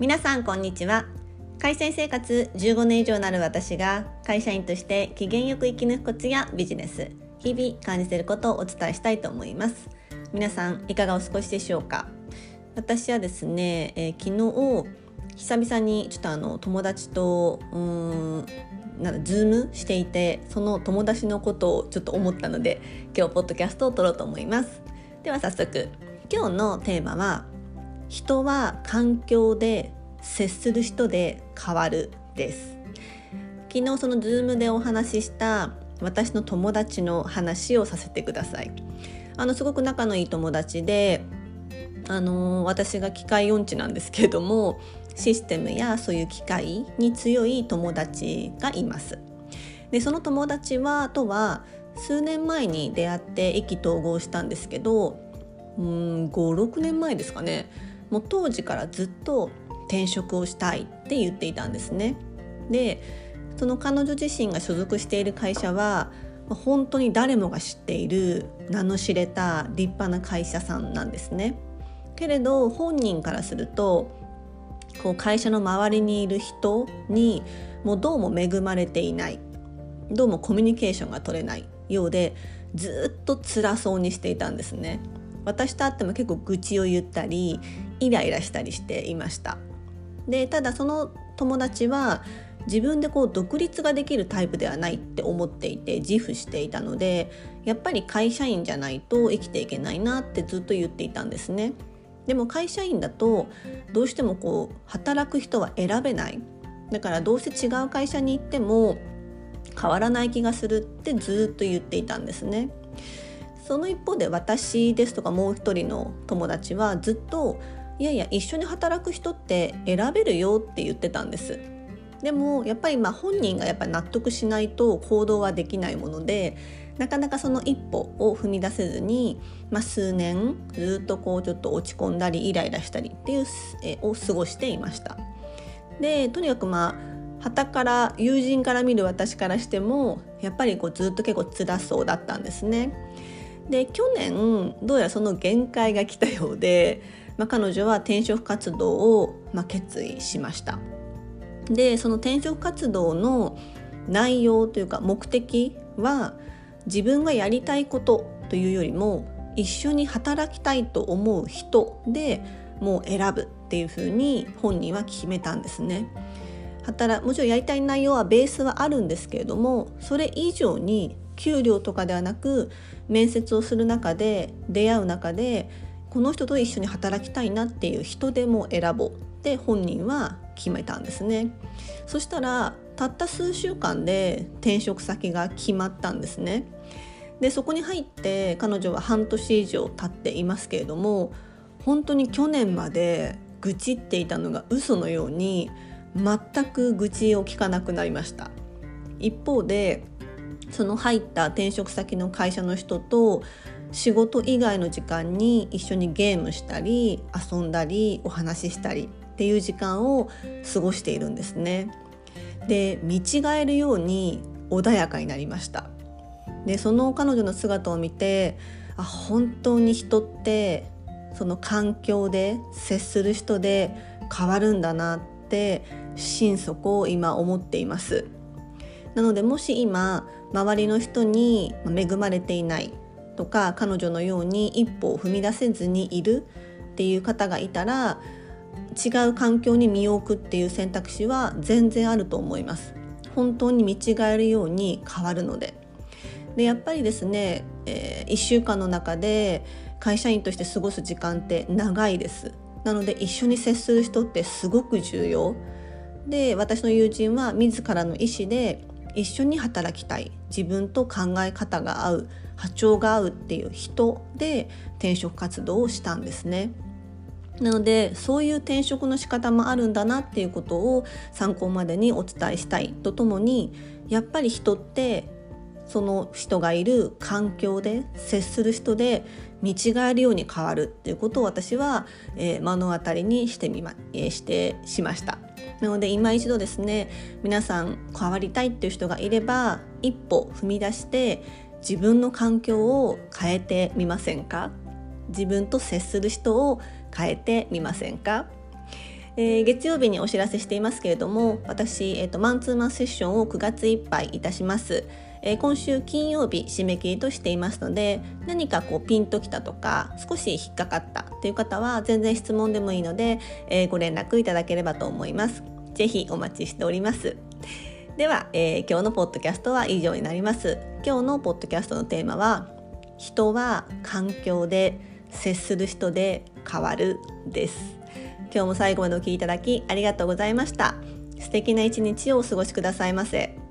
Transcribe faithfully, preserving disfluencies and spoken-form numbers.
皆さんこんにちは。会社員生活じゅうごねん以上になる私が会社員として機嫌よく生き抜くコツやビジネス、日々感じていることをお伝えしたいと思います。皆さんいかがお過ごしでしょうか。私はですね、えー、昨日久々にちょっとあの友達とうーんなんかズームしていて、その友達のことをちょっと思ったので今日ポッドキャストを撮ろうと思います。では早速、今日のテーマは人は環境で接する人で変わるです。昨日そのズームでお話しした私の友達の話をさせてください。あのすごく仲のいい友達で、あの私が機械音痴なんですけれども、システムやそういう機械に強い友達がいます。でその友達はとは数年前に出会って意気投合したんですけど、うーんご、ろくねんまえですかね。もう当時からずっと転職をしたいって言っていたんですね。でその彼女自身が所属している会社は本当に誰もが知っている名の知れた立派な会社さんなんですね。けれど本人からするとこう会社の周りにいる人にもうどうも恵まれていない、どうもコミュニケーションが取れないようで、ずっと辛そうにしていたんですね。私と会っても結構愚痴を言ったりイライラしたりしていました。でただその友達は自分でこう独立ができるタイプではないって思っていて自負していたので、やっぱり会社員じゃないと生きていけないなってずっと言っていたんですね。でも会社員だとどうしてもこう働く人は選べない。だからどうせ違う会社に行っても変わらない気がするってずっと言っていたんですね。その一方で私ですとかもう一人の友達はずっといやいや一緒に働く人って選べるよって言ってたんです。でもやっぱりまあ本人がやっぱり納得しないと行動はできないもので、なかなかその一歩を踏み出せずに、まあ、数年ずっとこうちょっと落ち込んだりイライラしたりっていうえを過ごしていました。でとにかくまあ傍から友人から見る私からしてもやっぱりこうずっと結構辛そうだったんですね。で去年どうやらその限界が来たようで、まあ、彼女は転職活動を、まあ、決意しました。でその転職活動の内容というか目的は自分がやりたいことというよりも一緒に働きたいと思う人でもう選ぶっていうふうに本人は決めたんですね。働もちろんやりたい内容はベースはあるんですけれども、それ以上に給料とかではなく面接をする中で出会う中でこの人と一緒に働きたいなっていう人でも選ぼうって本人は決めたんですね。そしたらたった数週間で転職先が決まったんですね。でそこに入って彼女は半年以上経っていますけれども、本当に去年まで愚痴っていたのが嘘のように全く愚痴を聞かなくなりました。一方でその入った転職先の会社の人と仕事以外の時間に一緒にゲームしたり遊んだりお話ししたりっていう時間を過ごしているんですね。で見違えるように穏やかになりました。でその彼女の姿を見て、あ本当に人ってその環境で接する人で変わるんだなって心底今思っています。なのでもし今周りの人に恵まれていないとか、彼女のように一歩を踏み出せずにいるっていう方がいたら、違う環境に身を置くっていう選択肢は全然あると思います。本当に見違えるように変わるので。でやっぱりですね、えー、いっしゅうかんの中で会社員として過ごす時間って長いです。なので一緒に接する人ってすごく重要で、私の友人は自らの意思で一緒に働きたい、自分と考え方が合う、波長が合うっていう人で転職活動をしたんですね。なのでそういう転職の仕方もあるんだなっていうことを参考までにお伝えしたいとともに、やっぱり人ってその人がいる環境で接する人で見違えるように変わるっていうことを私は、えー、目の当たりにしてみま、えー、してしました。なので今一度ですね、皆さん変わりたいっていう人がいれば一歩踏み出して自分の環境を変えてみませんか？自分と接する人を変えてみませんか？ えー、月曜日にお知らせしていますけれども、私、えーと、マンツーマンセッションをくがついっぱいいたします。えー、今週金曜日締め切りとしていますので、何かこうピンときたとか少し引っかかったという方は全然質問でもいいので、えー、ご連絡いただければと思います。ぜひお待ちしております。では、えー、今日のポッドキャストは以上になります。今日のポッドキャストのテーマは、人は環境で接する人で変わるです。今日も最後までお聞きいただきありがとうございました。素敵な一日をお過ごしくださいませ。